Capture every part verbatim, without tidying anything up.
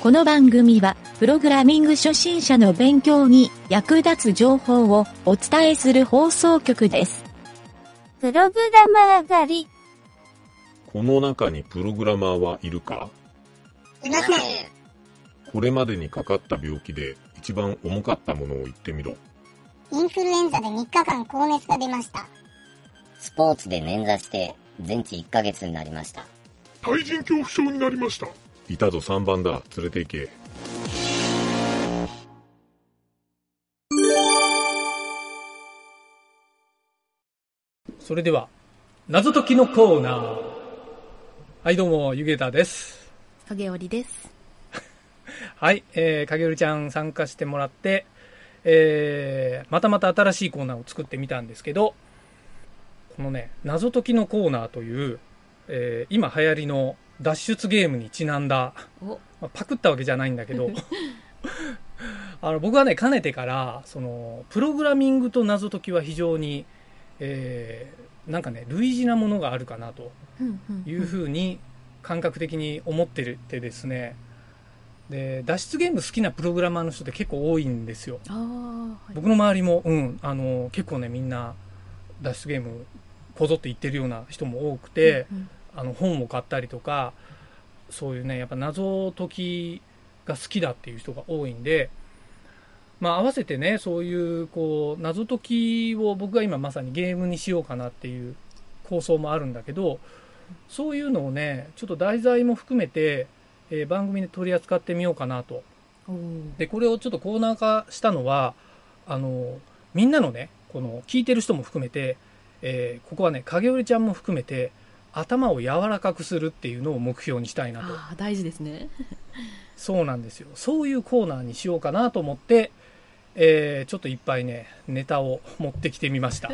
この番組は、プログラミング初心者の勉強に役立つ情報をお伝えする放送局です。 プログラマー狩り。 この中にプログラマーはいるか？ いません。 これまでにかかった病気で一番重かったものを言ってみろ。 インフルエンザでみっかかん高熱が出ました。 スポーツで捻挫して全治いっかげつになりました。 対人恐怖症になりました。 いたぞさんばんだ、連れて行け。 それでは謎解きのコーナー。はい、どうもゆげたです。 影織ですはい、えー、影織ちゃん参加してもらって、えー、またまた新しいコーナーを作ってみたんですけど、このね謎解きのコーナーという、えー、今流行りの脱出ゲームにちなんだ、まあ、パクったわけじゃないんだけどあの僕はねかねてからそのプログラミングと謎解きは非常に、えー、なんかね類似なものがあるかなというふうに感覚的に思ってるってですね。で脱出ゲーム好きなプログラマーの人って結構多いんですよ。あ、はい、僕の周りも、うん、あの結構ねみんな脱出ゲームこぞって言ってるような人も多くて、うんうん、あの本を買ったりとかそういうねやっぱ謎解きが好きだっていう人が多いんで、まあ合わせてねそういうこう謎解きを僕が今まさにゲームにしようかなっていう構想もあるんだけど、そういうのをねちょっと題材も含めて、えー、番組で取り扱ってみようかなと。でこれをちょっとコーナー化したのはあのみんなのねこの聞いてる人も含めて、えー、ここはね影織ちゃんも含めて頭を柔らかくするっていうのを目標にしたいなと。 あ、大事ですねそうなんですよ。そういうコーナーにしようかなと思って、えー、ちょっといっぱいねネタを持ってきてみました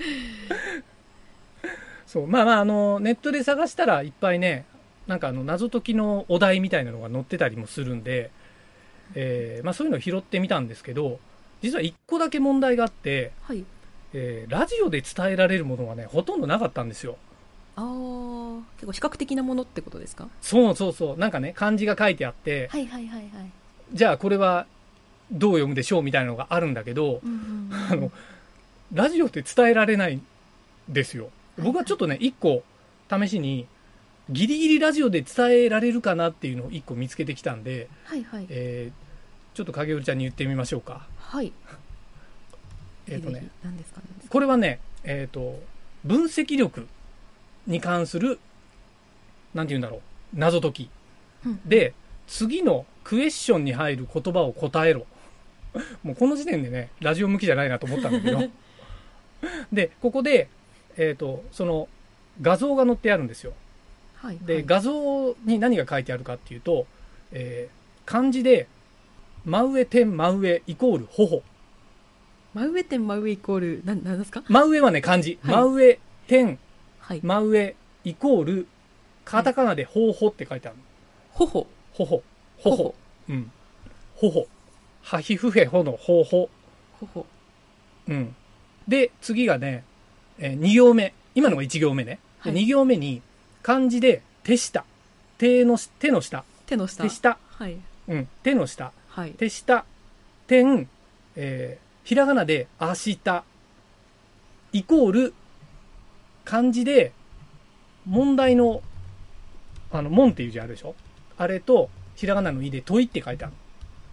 そうまあまああのネットで探したらいっぱいねなんかあの謎解きのお題みたいなのが載ってたりもするんで、えーまあ、そういうのを拾ってみたんですけど、実はいっこだけ問題があって、はい、えー、ラジオで伝えられるものがねほとんどなかったんですよ。 ああ、結構視覚的なものってことですか？ そうそうそう、なんかね漢字が書いてあって、 はいはいはいはい、 じゃあこれはどう読むでしょうみたいなのがあるんだけど、うんうんうん、あのラジオって伝えられないんですよ。僕はちょっとねいっこ試しにギリギリラジオで伝えられるかなっていうのをいっこ見つけてきたんで、はいはい、えー、ちょっと影織ちゃんに言ってみましょうか。はい。えっ、ー、とね、何ですかね。これはね、えっ、ー、と分析力に関するなんて言うんだろう謎解き、うん、で次のクエスチョンに入る言葉を答えろもうこの時点でねラジオ向きじゃないなと思ったんだけどでここで、えーと、その画像が載ってあるんですよ。はい、で、はい、画像に何が書いてあるかっていうと、えー、漢字で真上点真上イコール頬。 真上点真上イコール何ですか？ 真上はね漢字、はい、真上点、はい、真上イコールカタカナで頬って書いてある。 頬頬頬うん頬はひふへほの頬頬うんで次がね、えー、に行目、今のがいち行目ね、はい、でに行目に漢字で手下、手の手の下手の下手下、はい、うん、手の下、はい、手下点、えー、ひらがなで明日イコール漢字で問題のあの門っていう字あるでしょ、あれとひらがなのいで問いって書いてある。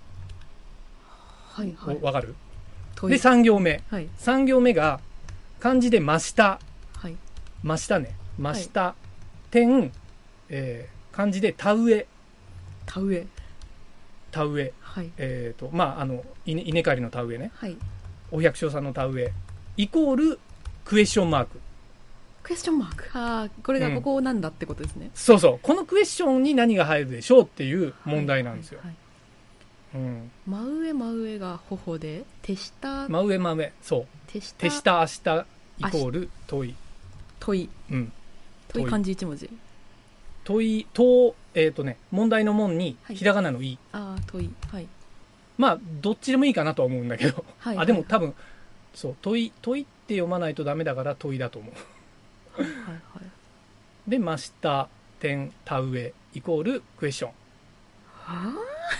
はいはい。わかる？でさん行目、はい、さん行目が漢字で真下、はい、真下ね真下、はい、点、えー、漢字で田植え田植え田植え、はい、えーとまああの稲稲刈りの田植えね、はい、お百姓さんの田植えイコールクエスチョンマーク。 クエスチョンマーク、ああ、これがここなんだってことですね、うん、 そうそう、このクエスチョンに何が入るでしょうっていう問題なんですよ、はいはいはい、うん、 真上真上が頬で手下真上真上そう手下手下明日イコール問い問い、うん、問い漢字一文字問いと、えーとね、問題の問にひらがなのい、 はい、ああ問い、はい、 まあどっちでもいいかなとは思うんだけど、はい、あでも多分そう問い問いって読まないとダメだから問いだと思うはいはいはい、で真下点田植えイコールクエスチョン。は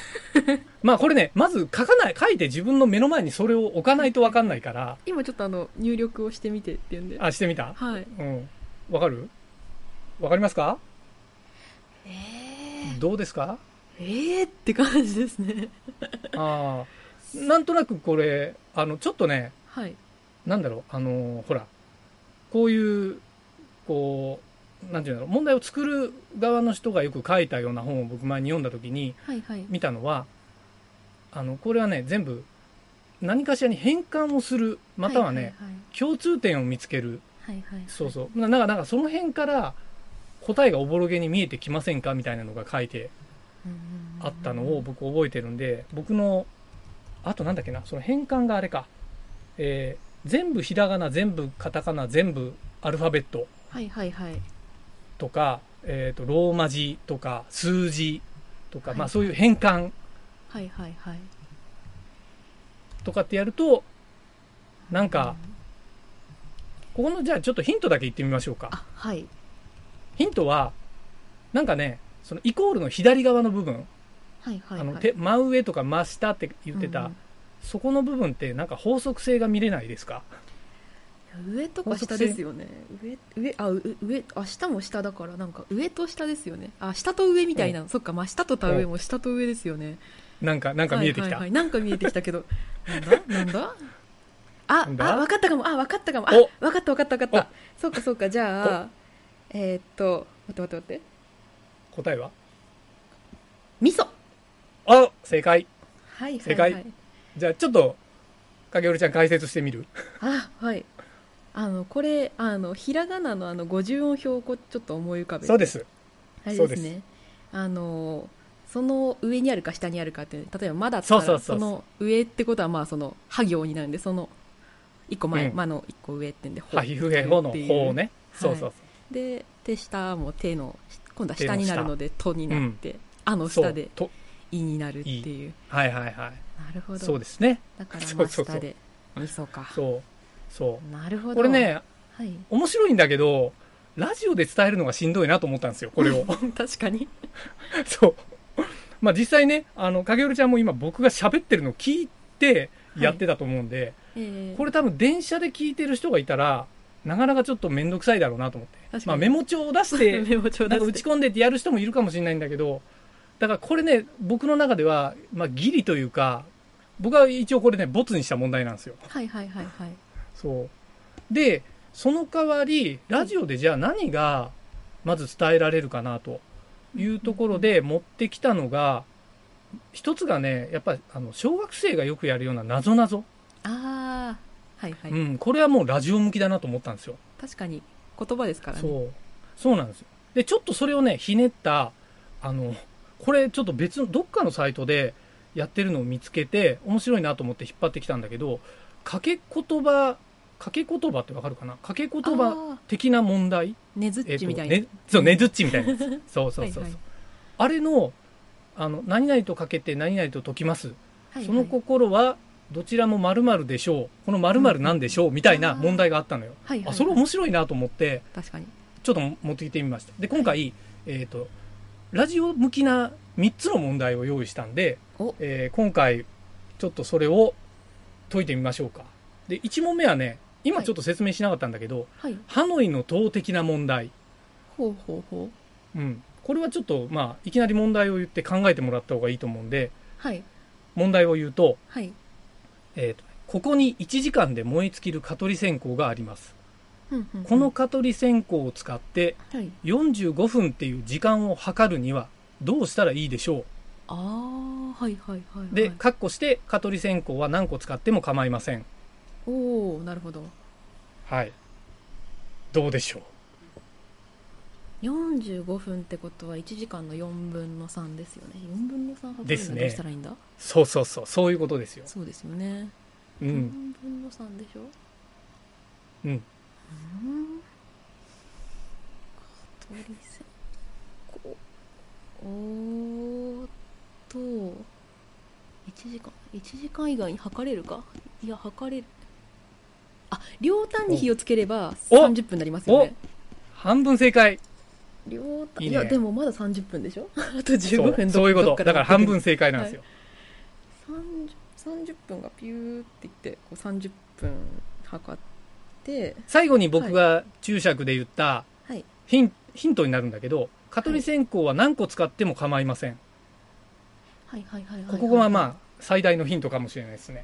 まあこれね、まず書かない、書いて自分の目の前にそれを置かないと分かんないから。 今ちょっとあの、入力をしてみてっていうんで。 あ、してみた？ はい。 うん。わかる？わかりますか？ えー、どうですか？ えーって感じですね。 ああ。なんとなくこれ、あの、ちょっとね、 はい。 なんだろう、あの、ほら、こういう、こう、なんていうの、問題を作る側の人がよく書いたような本を僕前に読んだ時に見たのは、はいはい、あのこれはね全部何かしらに変換をするまたはね、はいはいはい、共通点を見つける、はいはいはい、そうそうなんかなんかその辺から答えがおぼろげに見えてきませんかみたいなのが書いてあったのを僕覚えてるんで、僕のあとなんだっけな、その変換があれか、えー、全部ひらがな全部カタカナ全部アルファベット、はいはいはいとか、えー、とローマ字とか数字とか、はいはい、まあ、そういう変換とかってやるとなんか、うん、ここのじゃあちょっとヒントだけ言ってみましょうか。あ、はい、ヒントはなんかね、そのイコールの左側の部分、はいはいはい、あの手真上とか真下って言ってた、うん、そこの部分ってなんか法則性が見れないですか？ 上とか下ですよね。上上あ上あ下も下だからなんか上と下ですよね。あ下と上みたいな、うん、そっか真下と田植えも下と上ですよね。 なんかなんか見えてきた。 はいはいはい、なんか見えてきたけどなんだなんだああ分かったかもあ分かったかもあ分かった分かった分かった。そうかそうかじゃあえー、っと待って待って待って。 答えは味噌。 あ正解。 はいはい、はい、 正解。じゃあちょっと影織ちゃん解説してみる。 あはいあのこれあのひらがなのあの五十音表をちょっと思い浮かべて。 そうです。 あれですね。あのその上にあるか下にあるかって例えばまだったら そ, うそうそうその上ってことはまあそのは行になるんでその一個前、うん、まの一個上ってんではひふへほのほね。そうそうそう。 はい、で手下も手の今度は下になるのでとになって、うん、あの下でいになるっていう。 はいはいはい。 なるほど。 そうですね。 だから真下で味噌か。 そうそうなるほど。 これね、はい、面白いんだけどラジオで伝えるのがしんどいなと思ったんですよこれを。 確かに。 そうまあ実際ねあの影織ちゃんも今僕が喋ってるのを聞いてやってたと思うんで、はいえー、これ多分電車で聞いてる人がいたらなかなかちょっと面倒くさいだろうなと思って、まあ、メモ帳を出してメモ帳なんか打ち込んでってやる人もいるかもしれないんだけど、だからこれね僕の中では、まあ、ギリというか僕は一応これねボツにした問題なんですよ。 はいはいはいはいそうでその代わりラジオでじゃあ何がまず伝えられるかなというところで持ってきたのが一つがねやっぱりあの小学生がよくやるようななぞなぞ。 ああはいはい、 うん、これはもうラジオ向きだなと思ったんですよ。 確かに言葉ですからね。 そうそうなんですよ。でちょっとそれをねひねったあのこれちょっと別のどっかのサイトでやってるのを見つけて面白いなと思って引っ張ってきたんだけど、掛け言葉掛け言葉ってわかるかな。掛け言葉的な問題、 ねずっちみたいな、 えーね、そうねずっちみたいなやつそうそうそうそう、はいはい、あれのあの何々とかけて何々と解きます、はいはい、その心はどちらも〇〇でしょう、この〇〇なんでしょう、うん、みたいな問題があったのよ。あ、はいはいはい、あそれ面白いなと思って確かにちょっと持ってきてみました。で今回、はい、えーとラジオ向きなみっつの問題を用意したんで、えー、今回ちょっとそれを解いてみましょうか。でいち問目はね今ちょっと説明しなかったんだけど、はい、ハノイの塔的な問題。 ほうほうほう、うん、これはちょっとまあいきなり問題を言って考えてもらった方がいいと思うんで、はい、問題を言うと、はいえーと、ここにいちじかんで燃え尽きる蚊取り線香があります。この蚊取り線香を使ってよんじゅうごふんっていう時間を計るにはどうしたらいいでしょう。 あーはいはいはい、はい、 でカッコして蚊取り線香は何個使っても構いません。 おおなるほど。 はいどうでしょう。 よんじゅうごふんってことはいちじかんのよんぶんのさんですよね。よんぶんのさん測るにはどうしたらいいんだ。 そうそうそうそういうことですよ。 そうですよね、 うん、 よんぶんのさんでしょ。 うんうん蚊取り線香おーっといちじかんいちじかん以外に測れるか。いや測れる。あ両端に火をつければさんじゅっぷんになりますよね。 半分正解。 両端いい、ね、いやでもまださんじゅっぷんでしょあとじゅうごふん。 そう、そういうことだから半分正解なんですよ、 さんじゅう、さんじゅっぷんがピューって言ってこうさんじゅっぷん測って最後に僕が注釈で言ったはいヒン、ヒントになるんだけど、蚊取り線香は何個使っても構いません。 はいはいはいはい、 ここがまあ最大のヒントかもしれないですね。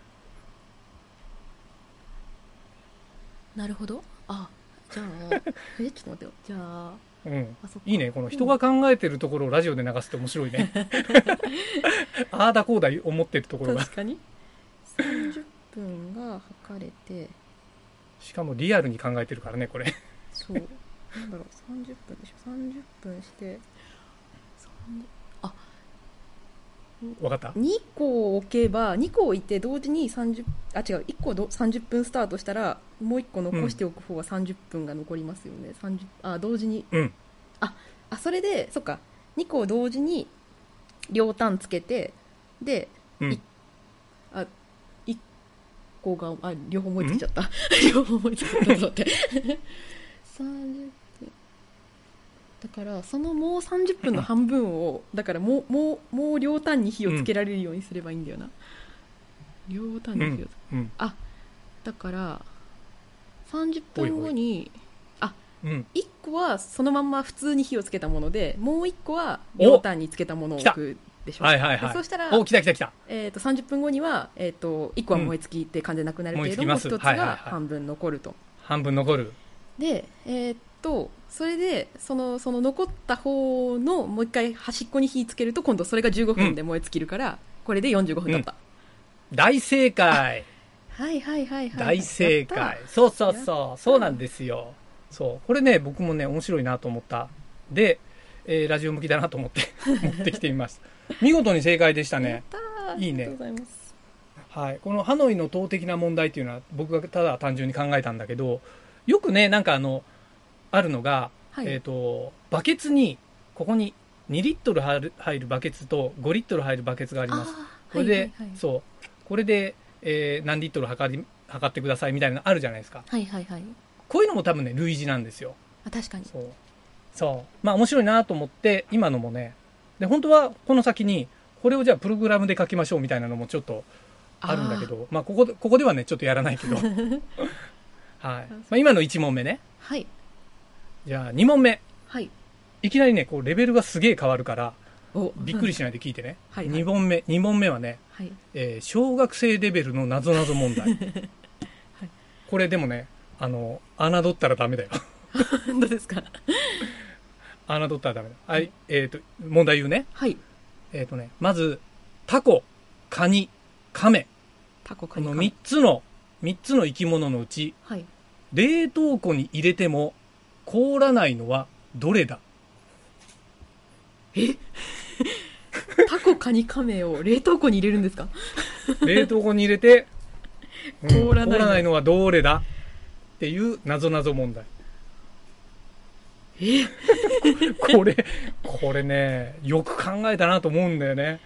なるほど。あ、じゃあえちょっと待ってよ。じゃあうん、 あそっかいいね。この人が考えてるところをラジオで流すって面白いね。ああだこうだ思ってるところが。 確かにさんじゅっぷんが測れて、 しかもリアルに考えてるからね、これ。 そうなんだろう、さんじゅっぷんでしょ。さんじゅっぷんしてさんじゅうあわかった？ にこ置けばにこ置いて同時にさんじゅうあ違ういっこどさんじゅっぷんスタートしたらもういっこ残しておく方はさんじゅっぷんが残りますよね。さんじゅうあ同時に、 うん、 ああそれでそっかにこ同時に両端つけてで、 うん、 いあいっこがあ両方思いついちゃった両方思いついちゃったちょっと待ってさんじゅっぷんだからそのもうさんじゅっぷんの半分をだからもうもうもう両端に火をつけられるようにすればいいんだよな、うん、両端に火をつけ、 うんうん、 あだからさんじゅっぷんごにあ、うん、いっこはそのまんま普通に火をつけたものでもういっこは両端につけたものを置くでしょ。 はいはいはい。 そうしたらお来た来た来た、 えー、とさんじゅっぷんごには、えー、といっこは燃え尽きって感じでなくなるけれども、うん、ひとつが半分残ると、 半分残るでえー、っとそれでそのその残った方のもう一回端っこに火つけると今度それがじゅうごふんで燃え尽きるから、うん、これでよんじゅうごふん経った、 うん、大正解。 はいはいはいはい、 大正解。そうそうそうそうなんですよ。そうこれね僕もね面白いなと思ったで、えー、ラジオ向きだなと思って持ってきてみました見事に正解でしたね。 やったー。 いいね。 ありがとうございます。 はい、このハノイの党的な問題っていうのは僕がただ単純に考えたんだけどよくねなんかあのあるのが、はい、えーとバケツにここににリットル入る、入るバケツとごリットル入るバケツがあります。これで、はいはいはい、そうこれで、えー、何リットル測り測ってくださいみたいなのあるじゃないですか。 はいはいはい。 こういうのも多分ね類似なんですよ。 あ確かに。 そうそうまあ面白いなと思って今のもねで本当はこの先にこれをじゃあプログラムで書きましょうみたいなのもちょっとあるんだけど、あまあここでここではねちょっとやらないけど、はい。まあ今のいち問目ね。 はい。 じゃあに問目。 はい。 いきなりねこうレベルがすげえ変わるからおびっくりしないで聞いてね。 はい、はい。 に問目に問目はね、はい、えー、小学生レベルのなぞなぞ問題。はい。これでもねあの侮ったらダメだよ。 どうですか。 侮ったらダメだ。はい。えっと問題言うね。 はい。 えっとねまずタコ、カニ、カメ。 タコ、カニ、 このみっつのみっつの生き物のうち、はい、冷凍庫に入れても凍らないのはどれだ？ えタコ、カニ、カメを冷凍庫に入れるんですか？ 冷凍庫に入れて、 うん、凍らないの、 凍らないのはどれだっていうなぞなぞ問題。 えこれこれねよく考えたなと思うんだよね。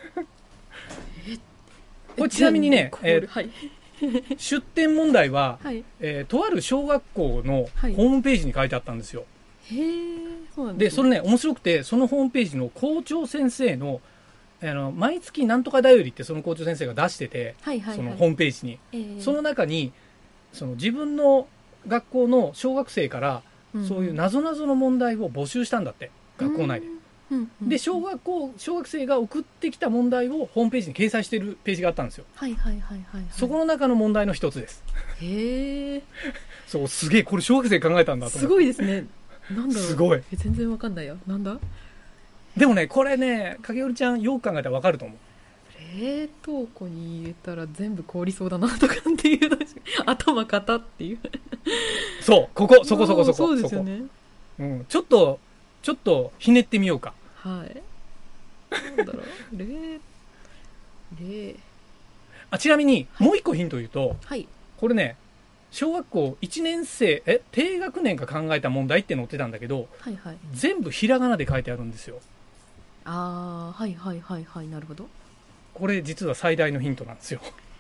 これちなみにね、えーはい、出典問題は、はいえー、とある小学校のホームページに書いてあったんですよ。 はい、へー、そうなんですね。 でそれね面白くてそのホームページの校長先生のあの毎月なんとかだよりってその校長先生が出してて、はいはいはい、そのホームページに、えー、その中にその自分の学校の小学生から、うん、そういうなぞなぞの問題を募集したんだって学校内で。うんうん、で小学校小学生が送ってきた問題をホームページに掲載しているページがあったんですよ。 はいはいはいはい、はい、 そこの中の問題の一つです。 へえ。 そうすげえこれ小学生考えたんだと思って。 すごいですね。なんだろう。 すごい。 全然わかんないよ。なんだ。 でもねこれね影織ちゃんよく考えたらわかると思う。 冷凍庫に入れたら全部凍りそうだなとかっていう頭型っていう。 そうここそこそこそこ。 そうですよね。 うん、ちょっとちょっとひねってみようか。 はい。なんだろう。冷冷あちなみに、はい、もう一個ヒント言うと、 はい、 これね小学校いちねん生え低学年が考えた問題って載ってたんだけど、はいはい、全部ひらがなで書いてあるんですよ。 ああはいはいはいはいなるほど。 これ実は最大のヒントなんですよ。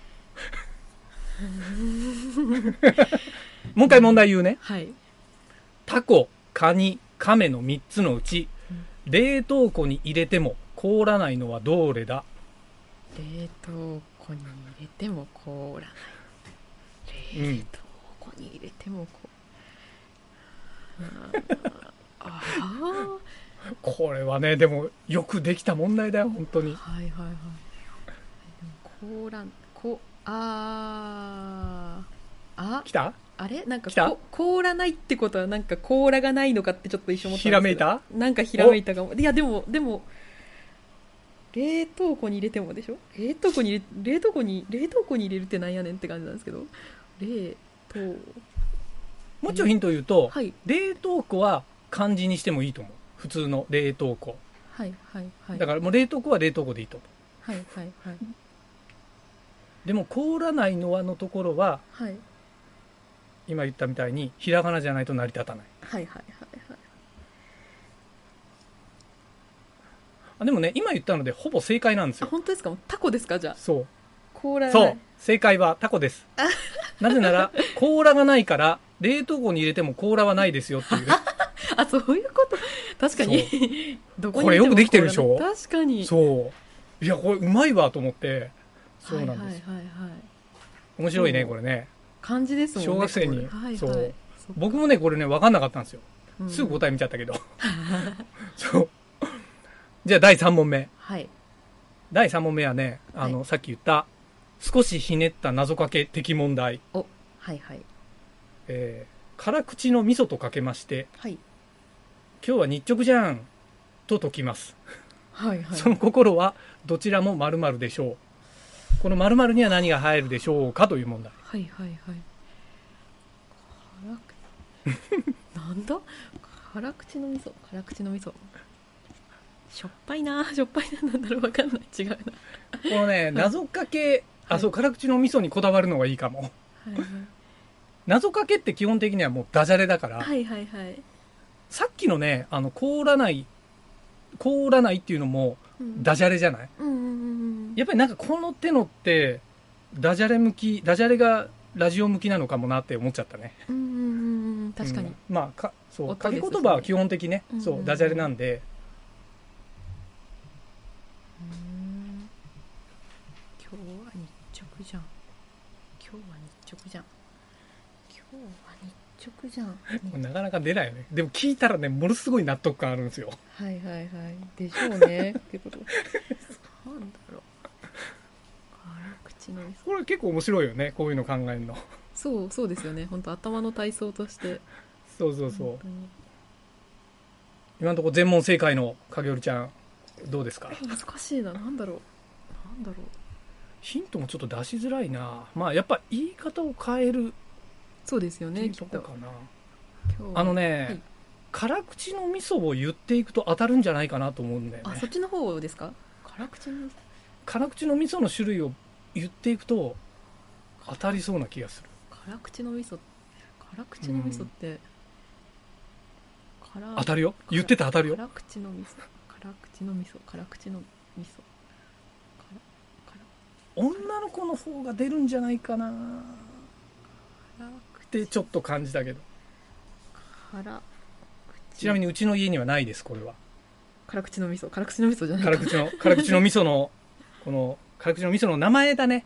もう一回問題言うね。 はい。 タコ、カニ、カメのみっつのうち、うん、冷凍庫に入れても凍らないのはどれだ？ 冷凍庫に入れても凍らない。冷凍庫に入れてもこう、うん、ああこれはねでもよくできた問題だよ本当に。 はいはいはい。でも凍らんこああ来たあれなんか来たこ凍らないってことはなんか甲羅がないのかってちょっと一瞬思ったんですけど。 ひらめいた？ なんかひらめいたかも。いやでもでも冷凍庫に入れてもでしょ。冷凍庫に入れ冷凍庫に冷凍庫に入れるってなんやねんって感じなんですけど。冷凍もうちょいヒント言うと、 はい冷凍庫は漢字にしてもいいと思う。普通の冷凍庫。 はいはいはい。 だからもう冷凍庫は冷凍庫でいいと思う。 はいはいはいでも凍らないのはのところははい今言ったみたいにひらがなじゃないと成り立たない。 はいはいはいはい。 あでもね今言ったのでほぼ正解なんですあよ。 本当ですか。タコですかじゃあ。 そう甲羅がないそう正解はタコです。なぜなら甲羅がないから冷凍庫に入れても甲羅はないですよっていう。 あそういうこと。確かにどこにこれよくできてるでしょ。 確かに。 そういやこれうまいわと思って。そうなんです、 はいはいはいはい。 面白いねそうこれね。 漢字ですもんね。 小学生に、 はいはい、 そう僕もねこれね分かんなかったんですよ、 うん、 すぐ答え見ちゃったけどそうじゃあだいさん問目。 はいだいさん問目はねあの、はい、さっき言った少しひねった謎かけ的問題。 おはいはい。 えー、辛口の味噌とかけまして、 はい、 今日は日直じゃんと解きます、 はいはい、 その心はどちらも〇〇でしょう。この〇〇には何が入るでしょうかという問題。 はいはいはい辛なんだ辛口の味噌辛口の味噌しょっぱいなしょっぱいななんだろう分かんない違うなこのね謎かけあそう辛口の味噌にこだわるのがいいかも、はいはい、謎かけって基本的にはもうダジャレだから、 はいはいはい、 さっきのねあの凍らない凍らないっていうのもダジャレじゃない、うんうんうんうん、やっぱりなんかこの手のってダジャレ向きダジャレがラジオ向きなのかもなって思っちゃったね。 うんうんうん確かに、うん、 まあかそう掛け言葉は基本的ね、うんうん、そうダジャレなんで、 うん今日は日直じゃん今日は日直じゃん今日は日直じゃんなかなか出ないよね。でも聞いたらねものすごい納得感あるんですよ。 はいはいはいでしょうねってことなんだろう辛口の味噌これ結構面白いよねこういうの考えるの。 そうそうですよね本当頭の体操としてそうそうそう今のところ全問正解の影織ちゃんどうですか。 難しいななんだろうなんだろうヒントもちょっと出しづらいな。まあやっぱ言い方を変えるそうですよねきっとかな。 今日あのね、はい、辛口の味噌を言っていくと当たるんじゃないかなと思うんだよね。 あそっちの方ですか。辛口の辛口の味噌の種類を言っていくと当たりそうな気がする。 辛口の味噌辛口の味噌って、うん、 当たるよ言ってた当たるよ。 辛口の味噌辛口の味噌辛口の味噌女の子の方が出るんじゃないかなってちょっと感じたけど。 辛ちなみにうちの家にはないですこれは。 辛口の味噌辛口の味噌じゃない辛口の辛口の味噌のこの辛口の味噌の名前だね。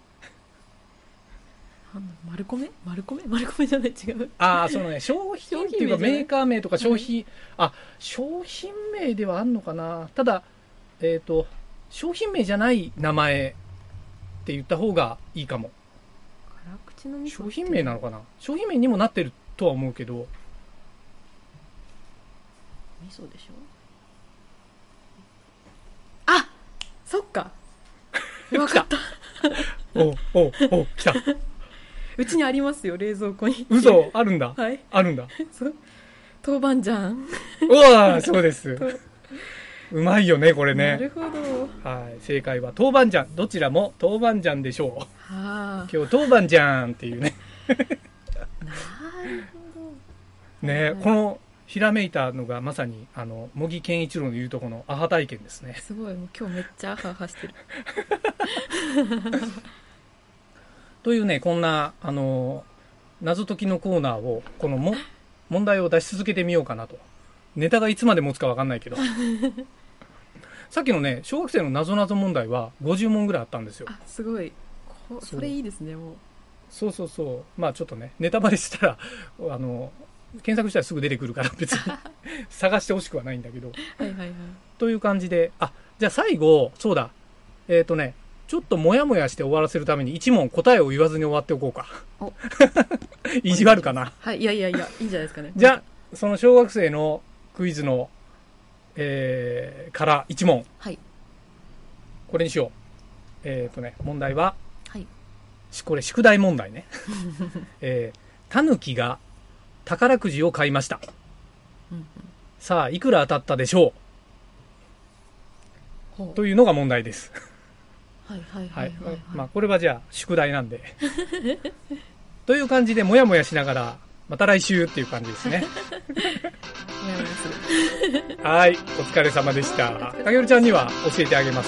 丸米丸米丸米じゃない違う。 ああそのね商品っていうかメーカー名とか商品、はい、あ商品名ではあんのかな。ただえっと商品名じゃない名前って言った方がいいかも。 辛口の味噌商品名なのかな。商品名にもなってるとは思うけど味噌でしょ。あそっか分かったおおお来たうちにありますよ冷蔵庫に。 嘘あるんだ、 はい、 あるんだそう豆板醤うわそうですうまいよねこれね。 なるほど、 はい、正解は豆板醤。どちらも豆板醤でしょう。はあ、 今日豆板醤っていうねなるほどね、はい、このひらめいたのがまさにあの茂木健一郎の言うとこのアハ体験ですね。 すごいもう今日めっちゃアハアハしてるというねこんなあの謎解きのコーナーをこのも問題を出し続けてみようかなと。ネタがいつまで持つか分かんないけどさっきのね、小学生の謎々問題はごじゅう問ぐらいあったんですよ。 あ、すごい。こそれいいですね、もう。 そうそうそう。まあちょっとね、ネタバレしたら、あの、検索したらすぐ出てくるから別に探してほしくはないんだけど。 はいはいはい。という感じで、あ、じゃあ最後、そうだ。えっ、ー、とね、ちょっともやもやして終わらせるために一問答えを言わずに終わっておこうか。お意地悪かな。 はい、いやいやいや、いいんじゃないですかね。 じゃあ、その小学生のクイズの、えー、から一問。 はい。これにしよう。えっ、ー、とね、問題は、 はい。 これ宿題問題ね。えー、タヌキが宝くじを買いました。うんうん、さあ、いくら当たったでしょうというのが問題です。 はいはいはいはい、はい。 まあ、これはじゃあ、宿題なんで。という感じで、もやもやしながら、また来週っていう感じですね。 もやもやする。はい、お疲れ様でした。かげるちゃんには教えてあげます。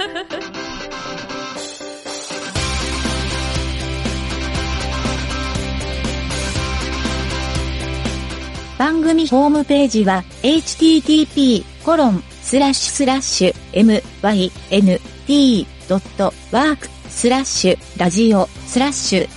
番組ホームページは エイチティーティーピーコロンスラッシュスラッシュエムワイエヌティードットワークスラッシュラジオスラッシュ